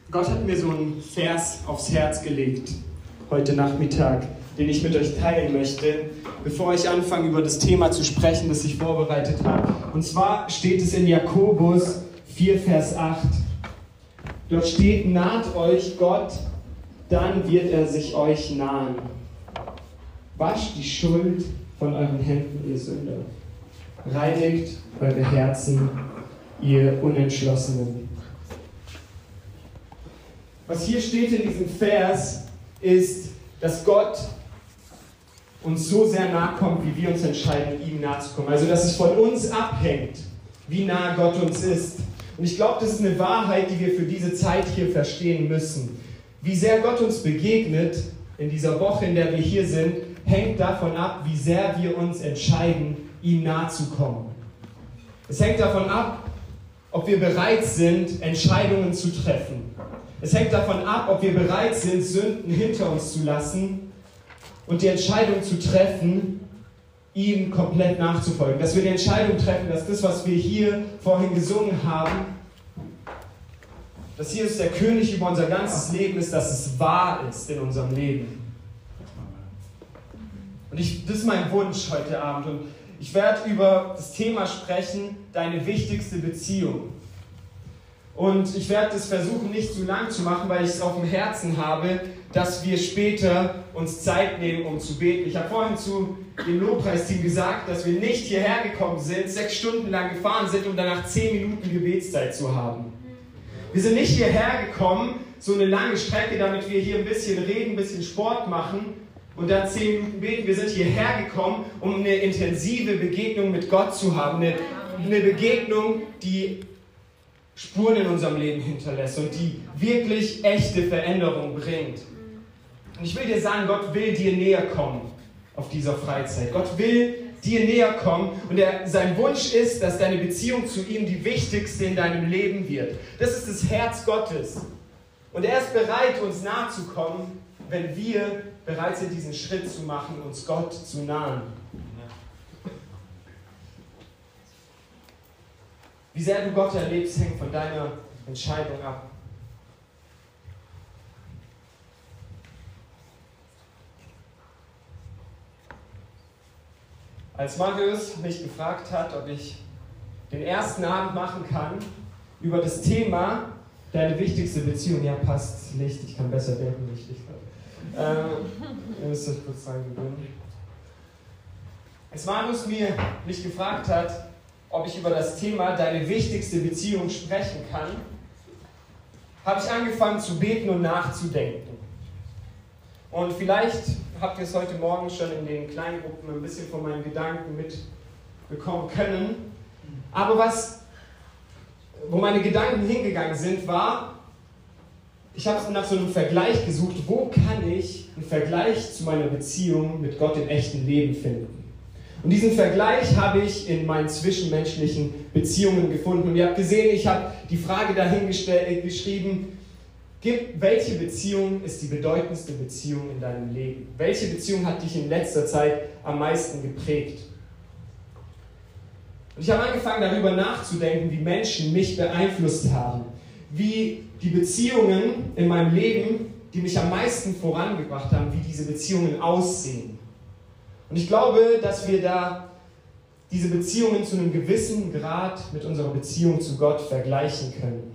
Gott hat mir so einen Vers aufs Herz gelegt, heute Nachmittag, den ich mit euch teilen möchte, bevor ich anfange, über das Thema zu sprechen, das ich vorbereitet habe. Und zwar steht es in Jakobus 4, Vers 8. Dort steht: Naht euch Gott, dann wird er sich euch nahen. Wascht die Schuld von euren Händen, ihr Sünder. Reinigt eure Herzen, ihr Unentschlossenen. Was hier steht in diesem Vers, ist, dass Gott uns so sehr nahe kommt, wie wir uns entscheiden, ihm nahe zu kommen. Also, dass es von uns abhängt, wie nah Gott uns ist. Und ich glaube, das ist eine Wahrheit, die wir für diese Zeit hier verstehen müssen. Wie sehr Gott uns begegnet in dieser Woche, in der wir hier sind, hängt davon ab, wie sehr wir uns entscheiden, ihm nahe zu kommen. Es hängt davon ab, ob wir bereit sind, Entscheidungen zu treffen. Es hängt davon ab, ob wir bereit sind, Sünden hinter uns zu lassen und die Entscheidung zu treffen, ihm komplett nachzufolgen. Dass wir die Entscheidung treffen, dass das, was wir hier vorhin gesungen haben, dass Jesus der König über unser ganzes Leben ist, dass es wahr ist in unserem Leben. Und das ist mein Wunsch heute Abend. Und ich werde über das Thema sprechen, deine wichtigste Beziehung. Und ich werde es versuchen, nicht zu lang zu machen, weil ich es auf dem Herzen habe, dass wir später uns Zeit nehmen, um zu beten. Ich habe vorhin zu dem Lobpreisteam gesagt, dass wir nicht hierher gekommen sind, 6 Stunden lang gefahren sind, um danach 10 Minuten Gebetszeit zu haben. Wir sind nicht hierher gekommen, so eine lange Strecke, damit wir hier ein bisschen reden, ein bisschen Sport machen und dann 10 Minuten beten. Wir sind hierher gekommen, um eine intensive Begegnung mit Gott zu haben. Eine Begegnung, die Spuren in unserem Leben hinterlässt und die wirklich echte Veränderung bringt. Und ich will dir sagen, Gott will dir näher kommen auf dieser Freizeit. Gott will dir näher kommen und sein Wunsch ist, dass deine Beziehung zu ihm die wichtigste in deinem Leben wird. Das ist das Herz Gottes. Und er ist bereit, uns nahe zu kommen, wenn wir bereit sind, diesen Schritt zu machen, uns Gott zu nahen. Wie sehr du Gott erlebst, hängt von deiner Entscheidung ab. Als Marius mich gefragt hat, ob ich den ersten Abend machen kann über das Thema deine wichtigste Beziehung, ja, passt, Licht, ich kann besser denken, nicht Licht. Ihr müsst euch kurz reingewöhnen. Als Marius mich gefragt hat, ob ich über das Thema deine wichtigste Beziehung sprechen kann, habe ich angefangen zu beten und nachzudenken. Und vielleicht habt ihr es heute Morgen schon in den Kleingruppen ein bisschen von meinen Gedanken mitbekommen können. Aber wo meine Gedanken hingegangen sind, war, ich habe nach so einem Vergleich gesucht, wo kann ich einen Vergleich zu meiner Beziehung mit Gott im echten Leben finden. Und diesen Vergleich habe ich in meinen zwischenmenschlichen Beziehungen gefunden. Und ihr habt gesehen, ich habe die Frage dahin geschrieben, welche Beziehung ist die bedeutendste Beziehung in deinem Leben? Welche Beziehung hat dich in letzter Zeit am meisten geprägt? Und ich habe angefangen, darüber nachzudenken, wie Menschen mich beeinflusst haben. Wie die Beziehungen in meinem Leben, die mich am meisten vorangebracht haben, wie diese Beziehungen aussehen. Und ich glaube, dass wir diese Beziehungen zu einem gewissen Grad mit unserer Beziehung zu Gott vergleichen können.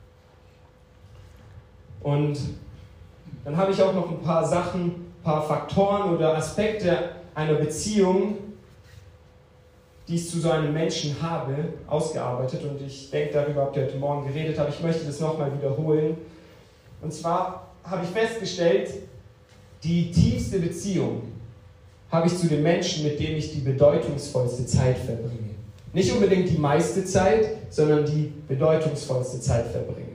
Und dann habe ich auch noch ein paar Faktoren oder Aspekte einer Beziehung, die ich zu so einem Menschen habe, ausgearbeitet. Und ich denke, darüber habt ihr heute Morgen geredet, aber ich möchte das nochmal wiederholen. Und zwar habe ich festgestellt, die tiefste Beziehung habe ich zu den Menschen, mit denen ich die bedeutungsvollste Zeit verbringe. Nicht unbedingt die meiste Zeit, sondern die bedeutungsvollste Zeit verbringe.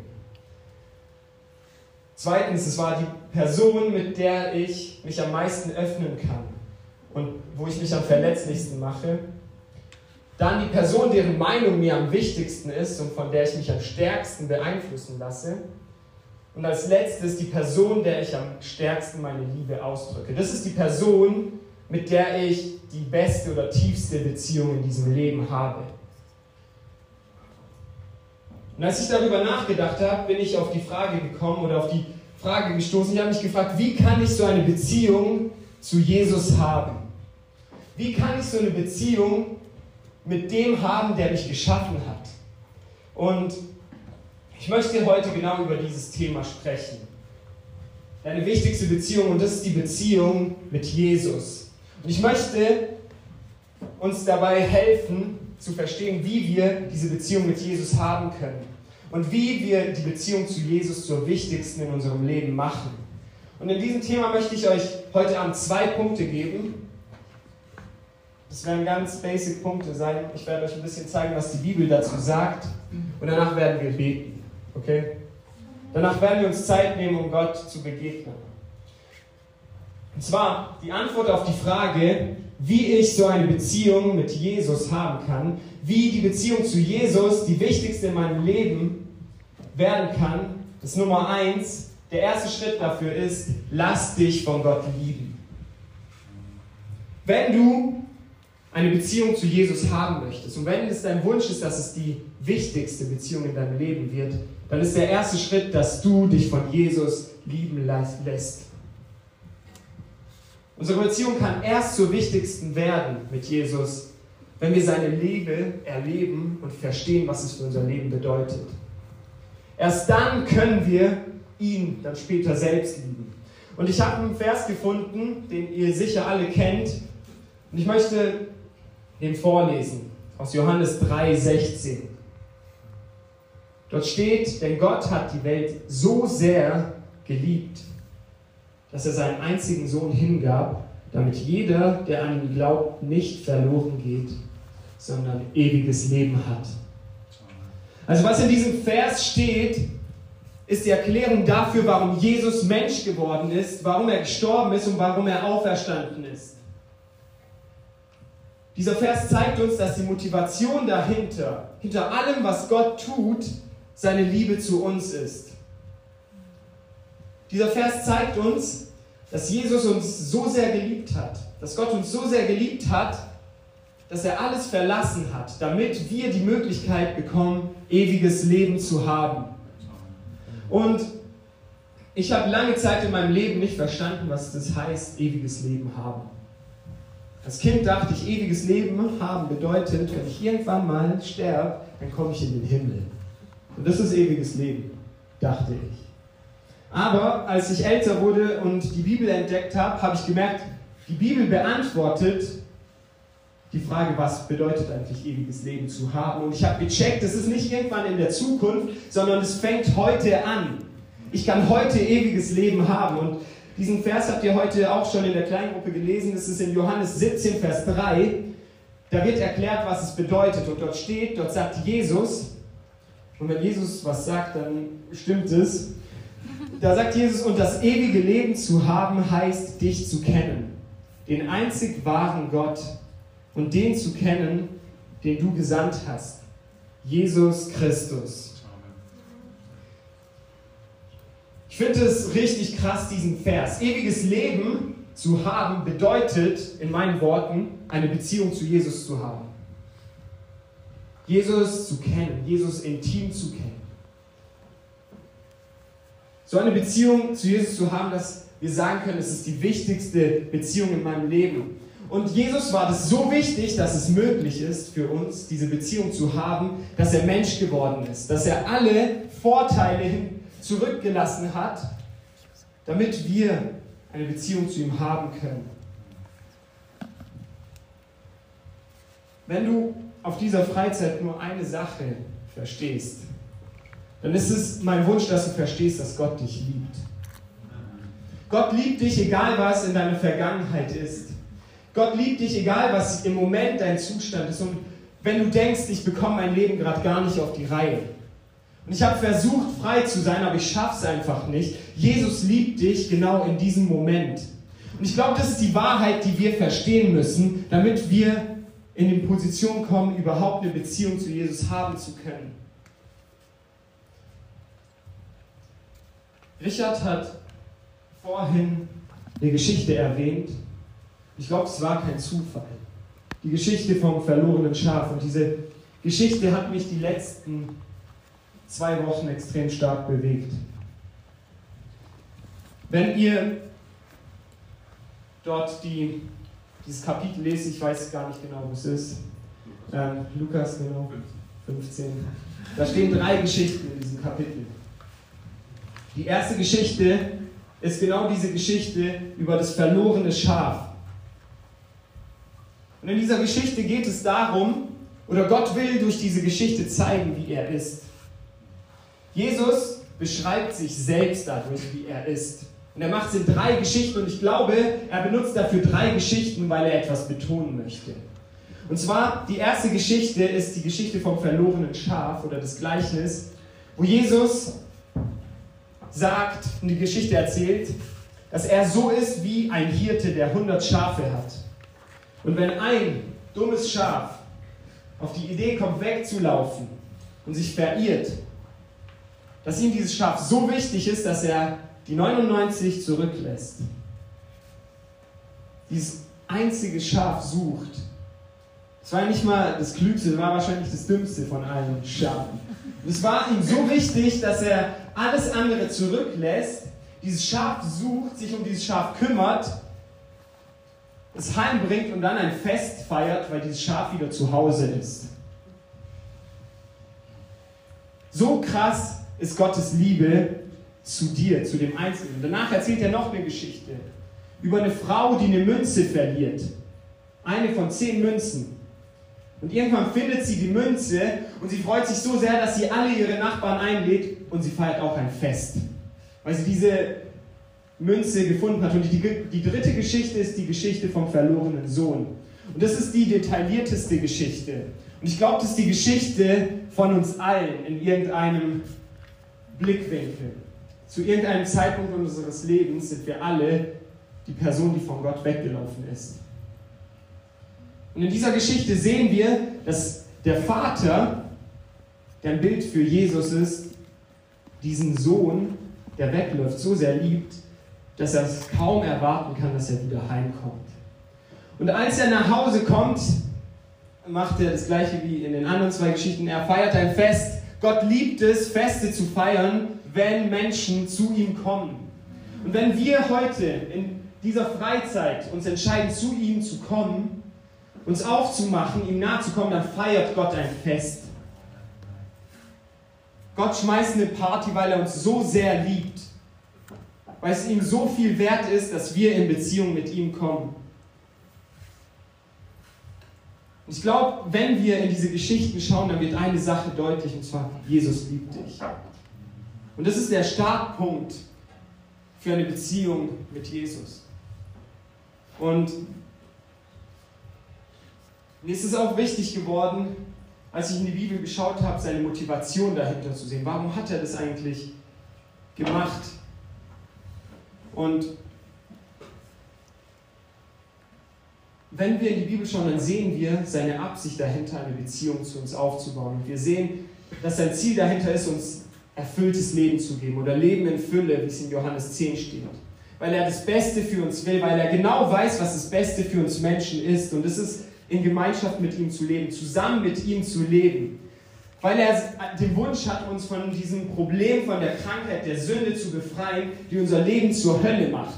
Zweitens, es war die Person, mit der ich mich am meisten öffnen kann und wo ich mich am verletzlichsten mache. Dann die Person, deren Meinung mir am wichtigsten ist und von der ich mich am stärksten beeinflussen lasse. Und als letztes die Person, der ich am stärksten meine Liebe ausdrücke. Das ist die Person, mit der ich die beste oder tiefste Beziehung in diesem Leben habe. Und als ich darüber nachgedacht habe, bin ich auf die Frage gekommen oder auf die Frage gestoßen. Ich habe mich gefragt, wie kann ich so eine Beziehung zu Jesus haben? Wie kann ich so eine Beziehung mit dem haben, der mich geschaffen hat? Und ich möchte heute genau über dieses Thema sprechen. Deine wichtigste Beziehung, und das ist die Beziehung mit Jesus. Und ich möchte uns dabei helfen, zu verstehen, wie wir diese Beziehung mit Jesus haben können und wie wir die Beziehung zu Jesus zur wichtigsten in unserem Leben machen. Und in diesem Thema möchte ich euch heute Abend 2 Punkte geben. Das werden ganz basic Punkte sein. Ich werde euch ein bisschen zeigen, was die Bibel dazu sagt, und danach werden wir beten. Okay? Danach werden wir uns Zeit nehmen, um Gott zu begegnen. Und zwar die Antwort auf die Frage, wie ich so eine Beziehung mit Jesus haben kann, wie die Beziehung zu Jesus die wichtigste in meinem Leben werden kann, ist Nummer 1. Der erste Schritt dafür ist, lass dich von Gott lieben. Wenn du eine Beziehung zu Jesus haben möchtest und wenn es dein Wunsch ist, dass es die wichtigste Beziehung in deinem Leben wird, dann ist der erste Schritt, dass du dich von Jesus lieben lässt. Unsere Beziehung kann erst zur wichtigsten werden mit Jesus, wenn wir seine Liebe erleben und verstehen, was es für unser Leben bedeutet. Erst dann können wir ihn dann später selbst lieben. Und ich habe einen Vers gefunden, den ihr sicher alle kennt, und ich möchte den vorlesen, aus Johannes 3,16. Dort steht, denn Gott hat die Welt so sehr geliebt, dass er seinen einzigen Sohn hingab, damit jeder, der an ihn glaubt, nicht verloren geht, sondern ewiges Leben hat. Also was in diesem Vers steht, ist die Erklärung dafür, warum Jesus Mensch geworden ist, warum er gestorben ist und warum er auferstanden ist. Dieser Vers zeigt uns, dass die Motivation dahinter, hinter allem, was Gott tut, seine Liebe zu uns ist. Dieser Vers zeigt uns, dass Jesus uns so sehr geliebt hat, dass Gott uns so sehr geliebt hat, dass er alles verlassen hat, damit wir die Möglichkeit bekommen, ewiges Leben zu haben. Und ich habe lange Zeit in meinem Leben nicht verstanden, was das heißt, ewiges Leben haben. Als Kind dachte ich, ewiges Leben haben bedeutet, wenn ich irgendwann mal sterbe, dann komme ich in den Himmel. Und das ist ewiges Leben, dachte ich. Aber als ich älter wurde und die Bibel entdeckt habe, habe ich gemerkt, die Bibel beantwortet die Frage, was bedeutet eigentlich ewiges Leben zu haben. Und ich habe gecheckt, es ist nicht irgendwann in der Zukunft, sondern es fängt heute an. Ich kann heute ewiges Leben haben. Und diesen Vers habt ihr heute auch schon in der Kleingruppe gelesen. Das ist in Johannes 17, Vers 3. Da wird erklärt, was es bedeutet. Und dort sagt Jesus, und wenn Jesus was sagt, dann stimmt es. Da sagt Jesus, und das ewige Leben zu haben, heißt, dich zu kennen. Den einzig wahren Gott und den zu kennen, den du gesandt hast. Jesus Christus. Ich finde es richtig krass, diesen Vers. Ewiges Leben zu haben bedeutet, in meinen Worten, eine Beziehung zu Jesus zu haben. Jesus zu kennen, Jesus intim zu kennen. So eine Beziehung zu Jesus zu haben, dass wir sagen können, es ist die wichtigste Beziehung in meinem Leben. Und Jesus war das so wichtig, dass es möglich ist für uns, diese Beziehung zu haben, dass er Mensch geworden ist, dass er alle Vorteile zurückgelassen hat, damit wir eine Beziehung zu ihm haben können. Wenn du auf dieser Freizeit nur eine Sache verstehst, dann ist es mein Wunsch, dass du verstehst, dass Gott dich liebt. Gott liebt dich, egal was in deiner Vergangenheit ist. Gott liebt dich, egal was im Moment dein Zustand ist. Und wenn du denkst, ich bekomme mein Leben gerade gar nicht auf die Reihe. Und ich habe versucht, frei zu sein, aber ich schaffe es einfach nicht. Jesus liebt dich genau in diesem Moment. Und ich glaube, das ist die Wahrheit, die wir verstehen müssen, damit wir in die Position kommen, überhaupt eine Beziehung zu Jesus haben zu können. Richard hat vorhin eine Geschichte erwähnt. Ich glaube, es war kein Zufall. Die Geschichte vom verlorenen Schaf. Und diese Geschichte hat mich die letzten 2 Wochen extrem stark bewegt. Wenn ihr dort dieses Kapitel lest, ich weiß gar nicht genau, wo es ist, Lukas, genau, 15. Da stehen 3 Geschichten in diesem Kapitel. Die erste Geschichte ist genau diese Geschichte über das verlorene Schaf. Und in dieser Geschichte geht es darum, oder Gott will durch diese Geschichte zeigen, wie er ist. Jesus beschreibt sich selbst dadurch, wie er ist. Und er macht es in 3 Geschichten und ich glaube, er benutzt dafür 3 Geschichten, weil er etwas betonen möchte. Und zwar, die erste Geschichte ist die Geschichte vom verlorenen Schaf oder das Gleichnis, wo Jesus sagt und die Geschichte erzählt, dass er so ist wie ein Hirte, der 100 Schafe hat. Und wenn ein dummes Schaf auf die Idee kommt, wegzulaufen und sich verirrt, dass ihm dieses Schaf so wichtig ist, dass er die 99 zurücklässt. Dieses einzige Schaf sucht. Es war nicht mal das Klügste, es war wahrscheinlich das Dümmste von allen Schafen. Und es war ihm so wichtig, dass er alles andere zurücklässt, dieses Schaf sucht, sich um dieses Schaf kümmert, es heimbringt und dann ein Fest feiert, weil dieses Schaf wieder zu Hause ist. So krass ist Gottes Liebe zu dir, zu dem Einzelnen. Und danach erzählt er noch eine Geschichte über eine Frau, die eine Münze verliert. Eine von 10 Münzen. Und irgendwann findet sie die Münze und sie freut sich so sehr, dass sie alle ihre Nachbarn einlädt und sie feiert auch ein Fest. Weil sie diese Münze gefunden hat. Und die dritte Geschichte ist die Geschichte vom verlorenen Sohn. Und das ist die detaillierteste Geschichte. Und ich glaube, das ist die Geschichte von uns allen in irgendeinem Blickwinkel. Zu irgendeinem Zeitpunkt unseres Lebens sind wir alle die Person, die von Gott weggelaufen ist. Und in dieser Geschichte sehen wir, dass der Vater, der ein Bild für Jesus ist, diesen Sohn, der wegläuft, so sehr liebt, dass er es kaum erwarten kann, dass er wieder heimkommt. Und als er nach Hause kommt, macht er das Gleiche wie in den anderen 2 Geschichten. Er feiert ein Fest. Gott liebt es, Feste zu feiern, wenn Menschen zu ihm kommen. Und wenn wir heute in dieser Freizeit uns entscheiden, zu ihm zu kommen, uns aufzumachen, ihm nahe zu kommen, dann feiert Gott ein Fest. Gott schmeißt eine Party, weil er uns so sehr liebt. Weil es ihm so viel wert ist, dass wir in Beziehung mit ihm kommen. Und ich glaube, wenn wir in diese Geschichten schauen, dann wird eine Sache deutlich, und zwar, Jesus liebt dich. Und das ist der Startpunkt für eine Beziehung mit Jesus. Und mir ist es auch wichtig geworden, als ich in die Bibel geschaut habe, seine Motivation dahinter zu sehen. Warum hat er das eigentlich gemacht? Und wenn wir in die Bibel schauen, dann sehen wir seine Absicht dahinter, eine Beziehung zu uns aufzubauen. Und wir sehen, dass sein Ziel dahinter ist, uns erfülltes Leben zu geben oder Leben in Fülle, wie es in Johannes 10 steht. Weil er das Beste für uns will, weil er genau weiß, was das Beste für uns Menschen ist. Und es ist, in Gemeinschaft mit ihm zu leben, zusammen mit ihm zu leben. Weil er den Wunsch hat, uns von diesem Problem, von der Krankheit, der Sünde zu befreien, die unser Leben zur Hölle macht.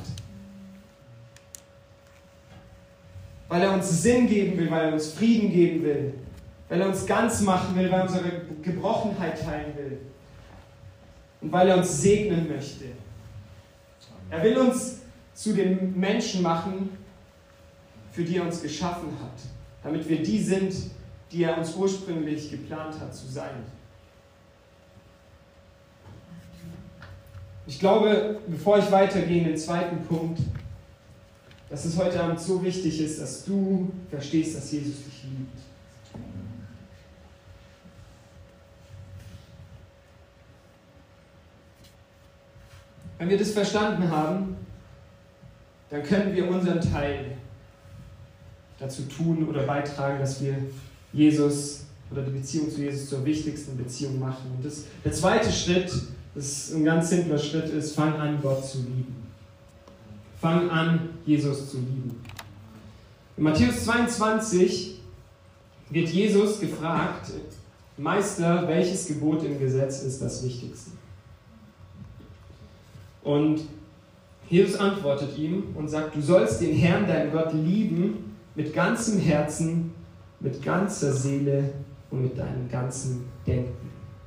Weil er uns Sinn geben will, weil er uns Frieden geben will, weil er uns ganz machen will, weil er unsere Gebrochenheit teilen will und weil er uns segnen möchte. Er will uns zu den Menschen machen, für die er uns geschaffen hat, damit wir die sind, die er uns ursprünglich geplant hat zu sein. Ich glaube, bevor ich weitergehe in den zweiten Punkt, dass es heute Abend so wichtig ist, dass du verstehst, dass Jesus dich liebt. Wenn wir das verstanden haben, dann können wir unseren Teil dazu tun oder beitragen, dass wir Jesus oder die Beziehung zu Jesus zur wichtigsten Beziehung machen. Und der zweite Schritt, das ist ein ganz simpler Schritt, ist, fang an, Gott zu lieben. Fang an, Jesus zu lieben. In Matthäus 22 wird Jesus gefragt, Meister, welches Gebot im Gesetz ist das Wichtigste? Und Jesus antwortet ihm und sagt, du sollst den Herrn, deinen Gott, lieben mit ganzem Herzen, mit ganzer Seele und mit deinem ganzen Denken.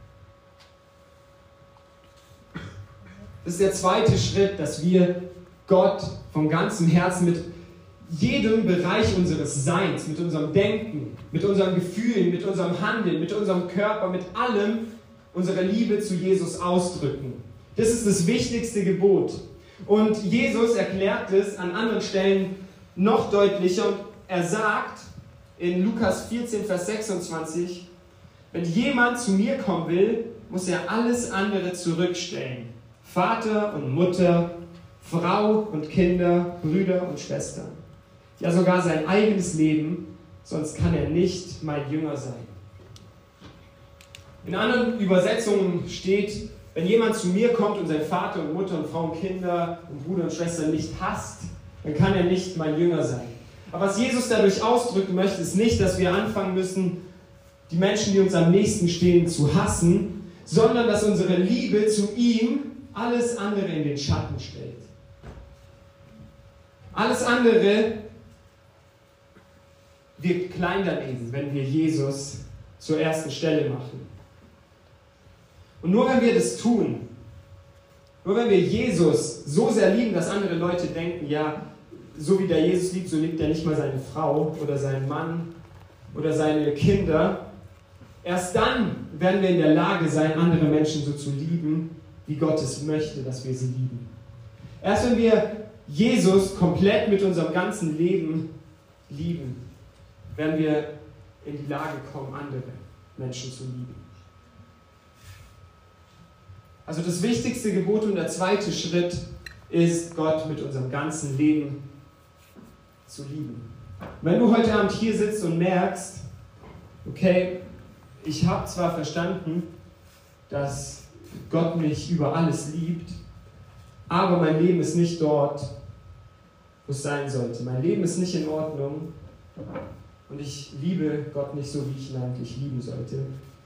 Das ist der zweite Schritt, dass wir Gott von ganzem Herzen mit jedem Bereich unseres Seins, mit unserem Denken, mit unseren Gefühlen, mit unserem Handeln, mit unserem Körper, mit allem unsere Liebe zu Jesus ausdrücken. Das ist das wichtigste Gebot. Und Jesus erklärt es an anderen Stellen noch deutlicher und er sagt in Lukas 14, Vers 26, wenn jemand zu mir kommen will, muss er alles andere zurückstellen. Vater und Mutter, Frau und Kinder, Brüder und Schwestern. Ja, sogar sein eigenes Leben, sonst kann er nicht mein Jünger sein. In anderen Übersetzungen steht, wenn jemand zu mir kommt und sein Vater und Mutter und Frau und Kinder und Bruder und Schwestern nicht hasst, dann kann er nicht mein Jünger sein. Aber was Jesus dadurch ausdrücken möchte, ist nicht, dass wir anfangen müssen, die Menschen, die uns am nächsten stehen, zu hassen, sondern dass unsere Liebe zu ihm alles andere in den Schatten stellt. Alles andere wirkt klein daneben, wenn wir Jesus zur ersten Stelle machen. Und nur wenn wir das tun, nur wenn wir Jesus so sehr lieben, dass andere Leute denken, ja, so wie der Jesus liebt, so liebt er nicht mal seine Frau oder seinen Mann oder seine Kinder, erst dann werden wir in der Lage sein, andere Menschen so zu lieben, wie Gott es möchte, dass wir sie lieben. Erst wenn wir Jesus komplett mit unserem ganzen Leben lieben, werden wir in die Lage kommen, andere Menschen zu lieben. Also das wichtigste Gebot und der zweite Schritt ist, Gott mit unserem ganzen Leben zu lieben. Wenn du heute Abend hier sitzt und merkst, okay, ich habe zwar verstanden, dass Gott mich über alles liebt, aber mein Leben ist nicht dort, wo es sein sollte. Mein Leben ist nicht in Ordnung und ich liebe Gott nicht so, wie ich ihn eigentlich lieben sollte.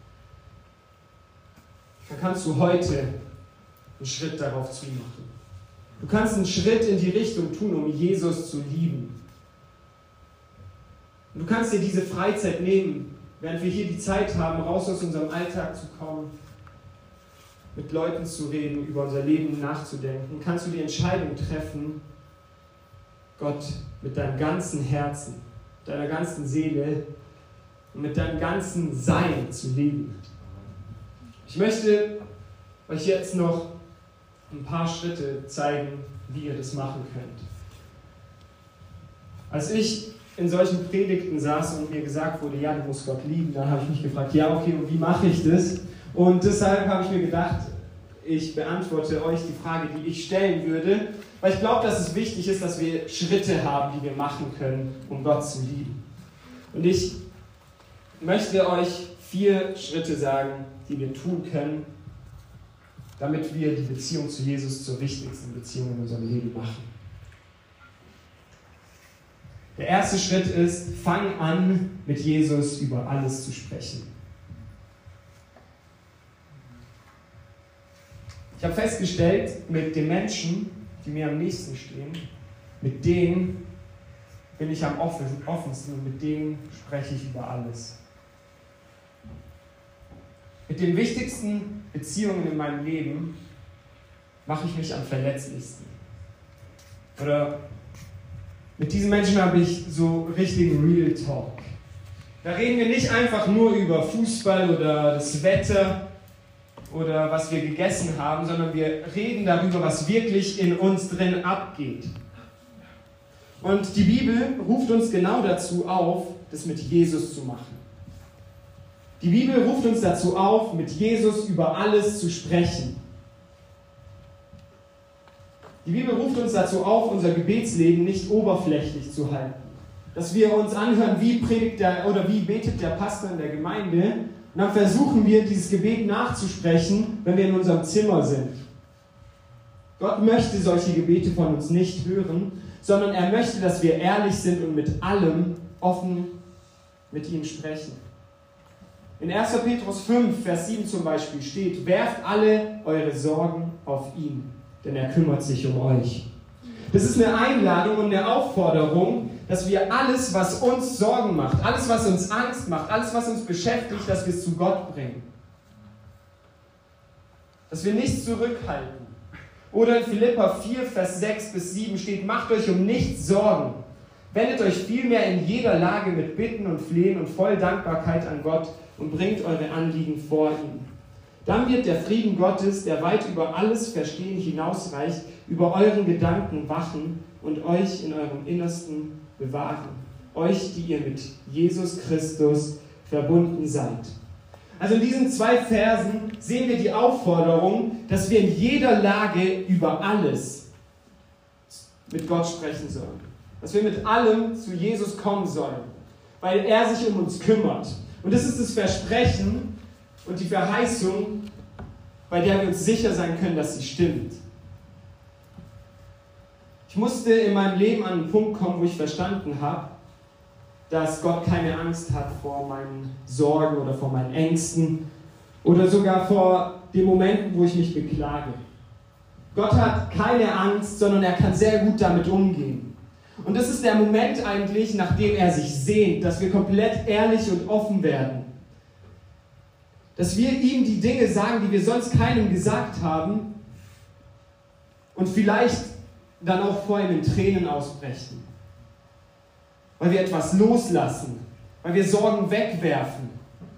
Dann kannst du heute einen Schritt darauf zumachen. Du kannst einen Schritt in die Richtung tun, um Jesus zu lieben. Und du kannst dir diese Freizeit nehmen, während wir hier die Zeit haben, raus aus unserem Alltag zu kommen, mit Leuten zu reden, über unser Leben nachzudenken. Kannst du die Entscheidung treffen, Gott mit deinem ganzen Herzen, deiner ganzen Seele und mit deinem ganzen Sein zu lieben. Ich möchte euch jetzt noch ein paar Schritte zeigen, wie ihr das machen könnt. Als ich in solchen Predigten saß und mir gesagt wurde, ja, du musst Gott lieben, dann habe ich mich gefragt, ja, okay, und wie mache ich das? Und deshalb habe ich mir gedacht, ich beantworte euch die Frage, die ich stellen würde, weil ich glaube, dass es wichtig ist, dass wir Schritte haben, die wir machen können, um Gott zu lieben. Und ich möchte euch 4 Schritte sagen, die wir tun können, damit wir die Beziehung zu Jesus zur wichtigsten Beziehung in unserem Leben machen. Der erste Schritt ist, fang an, mit Jesus über alles zu sprechen. Ich habe festgestellt, mit den Menschen, die mir am nächsten stehen, mit denen bin ich am offensten und mit denen spreche ich über alles. Mit den wichtigsten Beziehungen in meinem Leben mache ich mich am verletzlichsten. Oder mit diesen Menschen habe ich so richtigen Real Talk. Da reden wir nicht einfach nur über Fußball oder das Wetter oder was wir gegessen haben, sondern wir reden darüber, was wirklich in uns drin abgeht. Und die Bibel ruft uns genau dazu auf, das mit Jesus zu machen. Die Bibel ruft uns dazu auf, mit Jesus über alles zu sprechen. Die Bibel ruft uns dazu auf, unser Gebetsleben nicht oberflächlich zu halten. Dass wir uns anhören, wie predigt der oder wie betet der Pastor in der Gemeinde, und dann versuchen wir, dieses Gebet nachzusprechen, wenn wir in unserem Zimmer sind. Gott möchte solche Gebete von uns nicht hören, sondern er möchte, dass wir ehrlich sind und mit allem offen mit ihm sprechen. In 1. Petrus 5, Vers 7 zum Beispiel steht: Werft alle eure Sorgen auf ihn, denn er kümmert sich um euch. Das ist eine Einladung und eine Aufforderung, dass wir alles, was uns Sorgen macht, alles, was uns Angst macht, alles, was uns beschäftigt, dass wir es zu Gott bringen. Dass wir nichts zurückhalten. Oder in Philipper 4, Vers 6 bis 7 steht: Macht euch um nichts Sorgen. Wendet euch vielmehr in jeder Lage mit Bitten und Flehen und voll Dankbarkeit an Gott und bringt eure Anliegen vor ihn. Dann wird der Frieden Gottes, der weit über alles Verstehen hinausreicht, über euren Gedanken wachen und euch in eurem Innersten bewahren. Euch, die ihr mit Jesus Christus verbunden seid. Also in diesen 2 Versen sehen wir die Aufforderung, dass wir in jeder Lage über alles mit Gott sprechen sollen. Dass wir mit allem zu Jesus kommen sollen, weil er sich um uns kümmert. Und das ist das Versprechen und die Verheißung, bei der wir uns sicher sein können, dass sie stimmt. Ich musste in meinem Leben an einen Punkt kommen, wo ich verstanden habe, dass Gott keine Angst hat vor meinen Sorgen oder vor meinen Ängsten oder sogar vor den Momenten, wo ich mich beklage. Gott hat keine Angst, sondern er kann sehr gut damit umgehen. Und das ist der Moment eigentlich, nachdem er sich sehnt, dass wir komplett ehrlich und offen werden. Dass wir ihm die Dinge sagen, die wir sonst keinem gesagt haben und vielleicht dann auch vor ihm in Tränen ausbrechen. Weil wir etwas loslassen, weil wir Sorgen wegwerfen.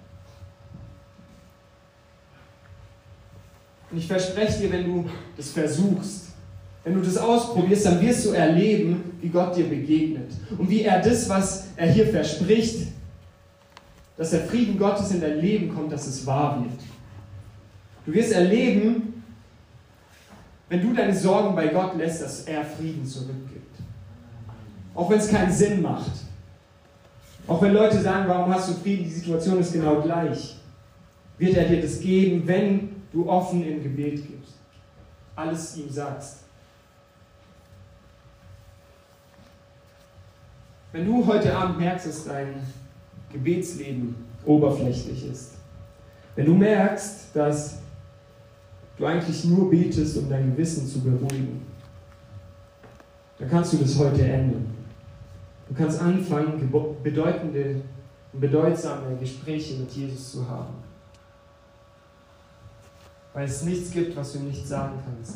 Und ich verspreche dir, wenn du das versuchst, wenn du das ausprobierst, dann wirst du erleben, wie Gott dir begegnet. Und wie er das, was er hier verspricht, dass der Frieden Gottes in dein Leben kommt, dass es wahr wird. Du wirst erleben, wenn du deine Sorgen bei Gott lässt, dass er Frieden zurückgibt. Auch wenn es keinen Sinn macht. Auch wenn Leute sagen, warum hast du Frieden, die Situation ist genau gleich. Wird er dir das geben, wenn du offen im Gebet gibst. Alles ihm sagst. Wenn du heute Abend merkst, dass dein Gebetsleben oberflächlich ist, wenn du merkst, dass du eigentlich nur betest, um dein Gewissen zu beruhigen, dann kannst du das heute ändern. Du kannst anfangen, bedeutende und bedeutsame Gespräche mit Jesus zu haben. Weil es nichts gibt, was du ihm nicht sagen kannst.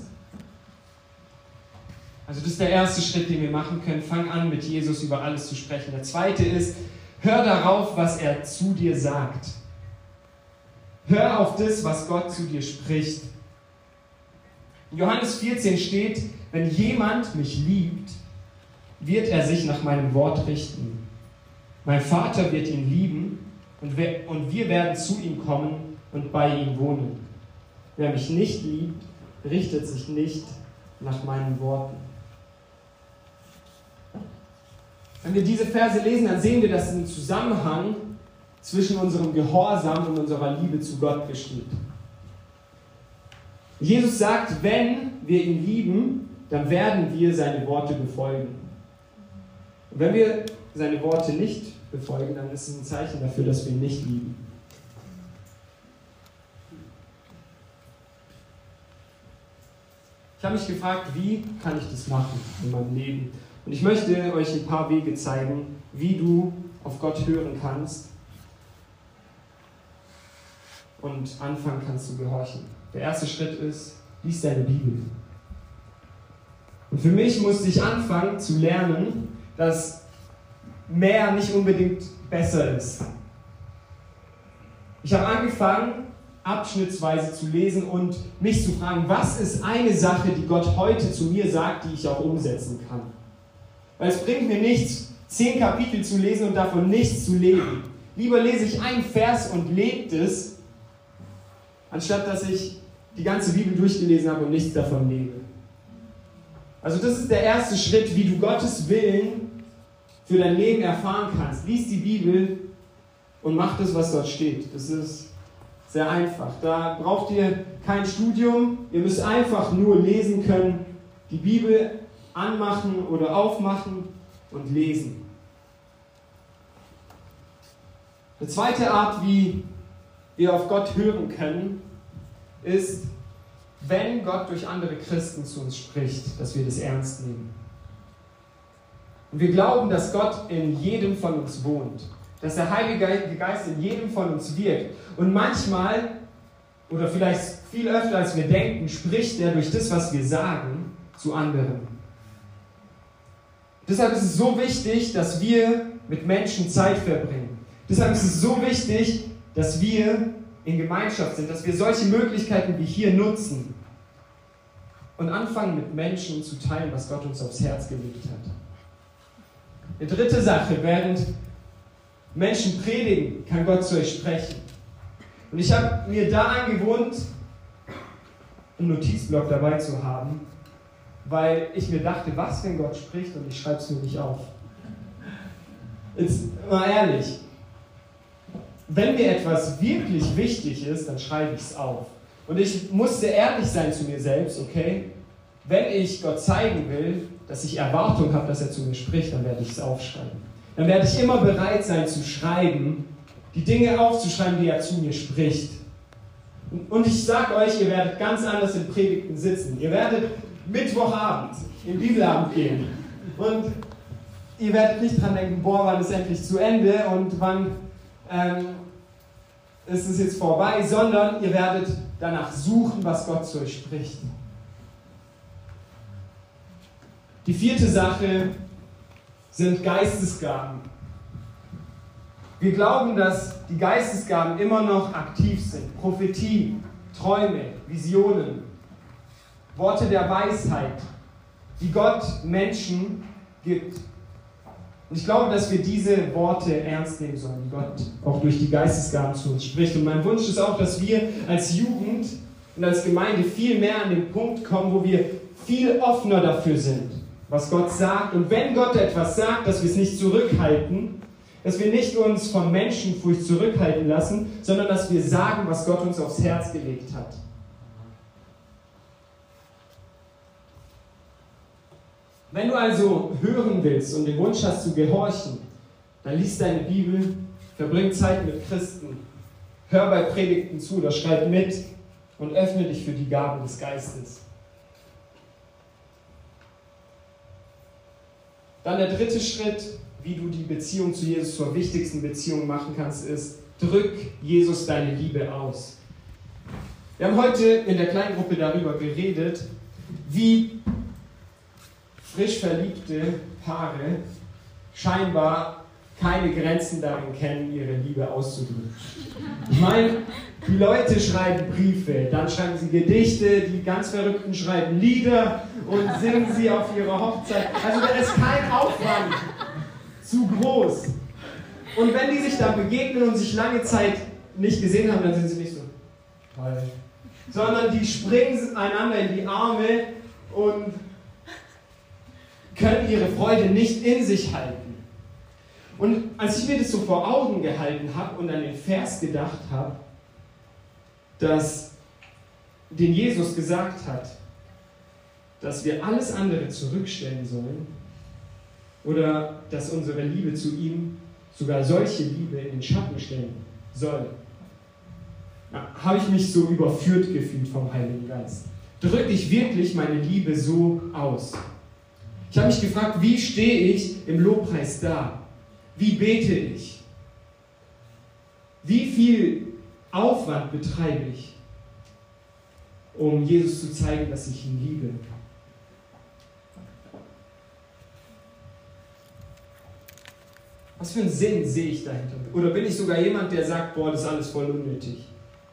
Also das ist der erste Schritt, den wir machen können. Fang an, mit Jesus über alles zu sprechen. Der zweite ist, hör darauf, was er zu dir sagt. Hör auf das, was Gott zu dir spricht. In Johannes 14 steht: Wenn jemand mich liebt, wird er sich nach meinem Wort richten. Mein Vater wird ihn lieben und wir werden zu ihm kommen und bei ihm wohnen. Wer mich nicht liebt, richtet sich nicht nach meinen Worten. Wenn wir diese Verse lesen, dann sehen wir, dass ein Zusammenhang zwischen unserem Gehorsam und unserer Liebe zu Gott besteht. Jesus sagt, wenn wir ihn lieben, dann werden wir seine Worte befolgen. Und wenn wir seine Worte nicht befolgen, dann ist es ein Zeichen dafür, dass wir ihn nicht lieben. Ich habe mich gefragt, wie kann ich das machen in meinem Leben? Und ich möchte euch ein paar Wege zeigen, wie du auf Gott hören kannst und anfangen kannst zu gehorchen. Der erste Schritt ist, lies deine Bibel. Und für mich musste ich anfangen zu lernen, dass mehr nicht unbedingt besser ist. Ich habe angefangen, abschnittsweise zu lesen und mich zu fragen, was ist eine Sache, die Gott heute zu mir sagt, die ich auch umsetzen kann. Weil es bringt mir nichts, 10 Kapitel zu lesen und davon nichts zu leben. Lieber lese ich einen Vers und lebe es, anstatt dass ich die ganze Bibel durchgelesen habe und nichts davon lebe. Also das ist der erste Schritt, wie du Gottes Willen für dein Leben erfahren kannst. Lies die Bibel und mach das, was dort steht. Das ist sehr einfach. Da braucht ihr kein Studium. Ihr müsst einfach nur lesen können, die Bibel anmachen oder aufmachen und lesen. Eine zweite Art, wie wir auf Gott hören können, ist, wenn Gott durch andere Christen zu uns spricht, dass wir das ernst nehmen. Und wir glauben, dass Gott in jedem von uns wohnt, dass der Heilige Geist in jedem von uns wirkt. Und manchmal, oder vielleicht viel öfter als wir denken, spricht er durch das, was wir sagen, zu anderen. Deshalb ist es so wichtig, dass wir mit Menschen Zeit verbringen. Deshalb ist es so wichtig, dass wir in Gemeinschaft sind, dass wir solche Möglichkeiten wie hier nutzen und anfangen, mit Menschen zu teilen, was Gott uns aufs Herz gelegt hat. Eine dritte Sache: während Menschen predigen, kann Gott zu euch sprechen. Und ich habe mir da angewohnt, einen Notizblock dabei zu haben, weil ich mir dachte, was, wenn Gott spricht und ich schreibe es mir nicht auf. Jetzt mal ehrlich, wenn mir etwas wirklich wichtig ist, dann schreibe ich es auf. Und ich musste ehrlich sein zu mir selbst, okay? Wenn ich Gott zeigen will, dass ich Erwartung habe, dass er zu mir spricht, dann werde ich es aufschreiben. Dann werde ich immer bereit sein zu schreiben, die Dinge aufzuschreiben, die er zu mir spricht. Und ich sage euch, ihr werdet ganz anders in Predigten sitzen. Ihr werdet Mittwochabend in Bibelabend gehen. Und ihr werdet nicht dran denken, boah, wann ist endlich zu Ende und wann ist es jetzt vorbei, sondern ihr werdet danach suchen, was Gott zu euch spricht. Die vierte Sache sind Geistesgaben. Wir glauben, dass die Geistesgaben immer noch aktiv sind. Prophetie, Träume, Visionen, Worte der Weisheit, die Gott Menschen gibt. Und ich glaube, dass wir diese Worte ernst nehmen sollen, die Gott auch durch die Geistesgaben zu uns spricht. Und mein Wunsch ist auch, dass wir als Jugend und als Gemeinde viel mehr an den Punkt kommen, wo wir viel offener dafür sind, was Gott sagt. Und wenn Gott etwas sagt, dass wir es nicht zurückhalten, dass wir nicht uns von Menschenfurcht zurückhalten lassen, sondern dass wir sagen, was Gott uns aufs Herz gelegt hat. Wenn du also hören willst und den Wunsch hast zu gehorchen, dann lies deine Bibel, verbring Zeit mit Christen, hör bei Predigten zu oder schreib mit und öffne dich für die Gaben des Geistes. Dann der dritte Schritt, wie du die Beziehung zu Jesus zur wichtigsten Beziehung machen kannst, ist: drück Jesus deine Liebe aus. Wir haben heute in der Kleingruppe darüber geredet, wie frisch verliebte Paare scheinbar keine Grenzen darin kennen, ihre Liebe auszudrücken. Ich meine, die Leute schreiben Briefe, dann schreiben sie Gedichte, die ganz Verrückten schreiben Lieder und singen sie auf ihrer Hochzeit. Also da ist kein Aufwand zu groß. Und wenn die sich dann begegnen und sich lange Zeit nicht gesehen haben, dann sind sie nicht so, hi, sondern die springen einander in die Arme und können ihre Freude nicht in sich halten. Und als ich mir das so vor Augen gehalten habe und an den Vers gedacht habe, den Jesus gesagt hat, dass wir alles andere zurückstellen sollen oder dass unsere Liebe zu ihm sogar solche Liebe in den Schatten stellen soll, habe ich mich so überführt gefühlt vom Heiligen Geist. Drücke ich wirklich meine Liebe so aus? Ich habe mich gefragt, wie stehe ich im Lobpreis da? Wie bete ich? Wie viel Aufwand betreibe ich, um Jesus zu zeigen, dass ich ihn liebe? Was für einen Sinn sehe ich dahinter? Oder bin ich sogar jemand, der sagt, boah, das ist alles voll unnötig?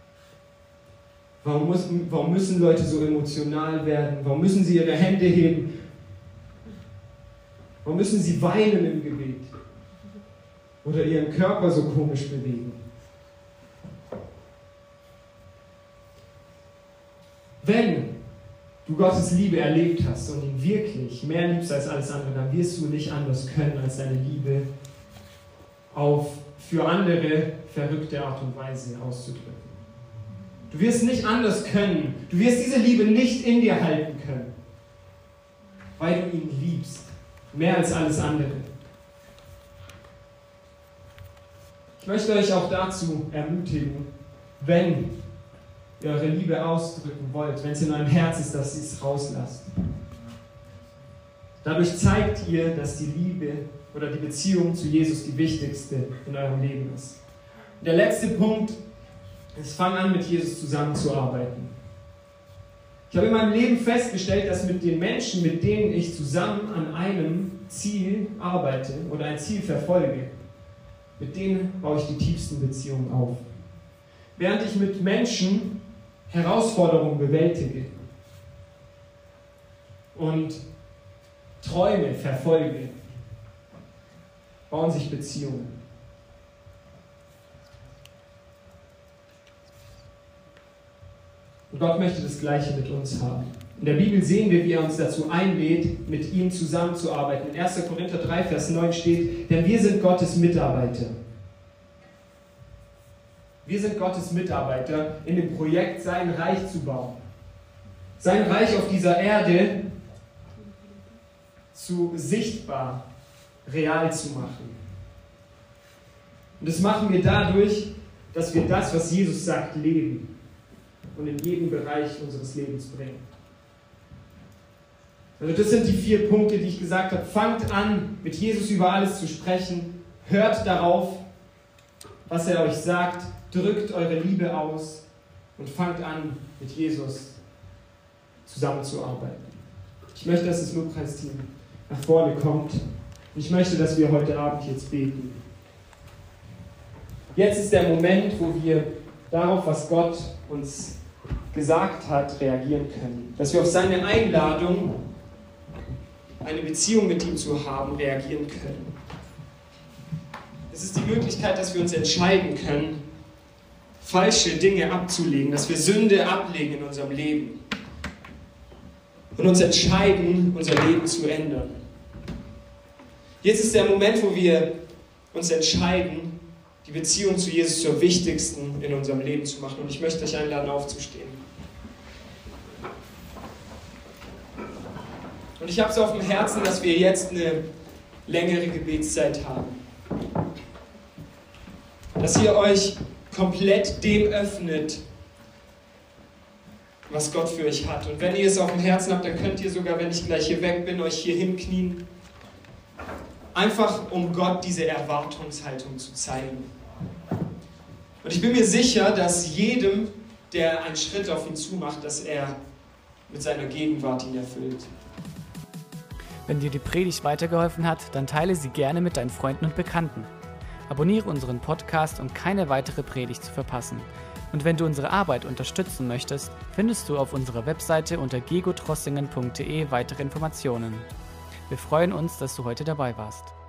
Warum müssen Leute so emotional werden? Warum müssen sie ihre Hände heben? Warum müssen sie weinen im Gebet? Oder ihren Körper so komisch bewegen? Wenn du Gottes Liebe erlebt hast und ihn wirklich mehr liebst als alles andere, dann wirst du nicht anders können, als deine Liebe auf für andere verrückte Art und Weise auszudrücken. Du wirst nicht anders können. Du wirst diese Liebe nicht in dir halten können, weil du ihn liebst. Mehr als alles andere. Ich möchte euch auch dazu ermutigen, wenn ihr eure Liebe ausdrücken wollt, wenn es in eurem Herz ist, dass ihr es rauslasst. Dadurch zeigt ihr, dass die Liebe oder die Beziehung zu Jesus die wichtigste in eurem Leben ist. Und der letzte Punkt ist, fang an, mit Jesus zusammenzuarbeiten. Ich habe in meinem Leben festgestellt, dass mit den Menschen, mit denen ich zusammen an einem Ziel arbeite oder ein Ziel verfolge, mit denen baue ich die tiefsten Beziehungen auf. Während ich mit Menschen Herausforderungen bewältige und Träume verfolge, bauen sich Beziehungen. Und Gott möchte das Gleiche mit uns haben. In der Bibel sehen wir, wie er uns dazu einlädt, mit ihm zusammenzuarbeiten. In 1. Korinther 3, Vers 9 steht, denn wir sind Gottes Mitarbeiter. Wir sind Gottes Mitarbeiter in dem Projekt, sein Reich zu bauen. Sein Reich auf dieser Erde zu sichtbar, real zu machen. Und das machen wir dadurch, dass wir das, was Jesus sagt, leben und in jeden Bereich unseres Lebens bringen. Also das sind die 4 Punkte, die ich gesagt habe. Fangt an, mit Jesus über alles zu sprechen. Hört darauf, was er euch sagt. Drückt eure Liebe aus und fangt an, mit Jesus zusammenzuarbeiten. Ich möchte, dass das Lobpreisteam nach vorne kommt. Und ich möchte, dass wir heute Abend jetzt beten. Jetzt ist der Moment, wo wir darauf, was Gott uns gesagt hat, reagieren können. Dass wir auf seine Einladung, eine Beziehung mit ihm zu haben, reagieren können. Es ist die Möglichkeit, dass wir uns entscheiden können, falsche Dinge abzulegen, dass wir Sünde ablegen in unserem Leben und uns entscheiden, unser Leben zu ändern. Jetzt ist der Moment, wo wir uns entscheiden, die Beziehung zu Jesus zur wichtigsten in unserem Leben zu machen. Und ich möchte euch einladen, aufzustehen. Und ich habe es auf dem Herzen, dass wir jetzt eine längere Gebetszeit haben. Dass ihr euch komplett dem öffnet, was Gott für euch hat. Und wenn ihr es auf dem Herzen habt, dann könnt ihr sogar, wenn ich gleich hier weg bin, euch hier hinknien. Einfach, um Gott diese Erwartungshaltung zu zeigen. Und ich bin mir sicher, dass jedem, der einen Schritt auf ihn zumacht, dass er mit seiner Gegenwart ihn erfüllt. Wenn dir die Predigt weitergeholfen hat, dann teile sie gerne mit deinen Freunden und Bekannten. Abonniere unseren Podcast, um keine weitere Predigt zu verpassen. Und wenn du unsere Arbeit unterstützen möchtest, findest du auf unserer Webseite unter gegotrossingen.de weitere Informationen. Wir freuen uns, dass du heute dabei warst.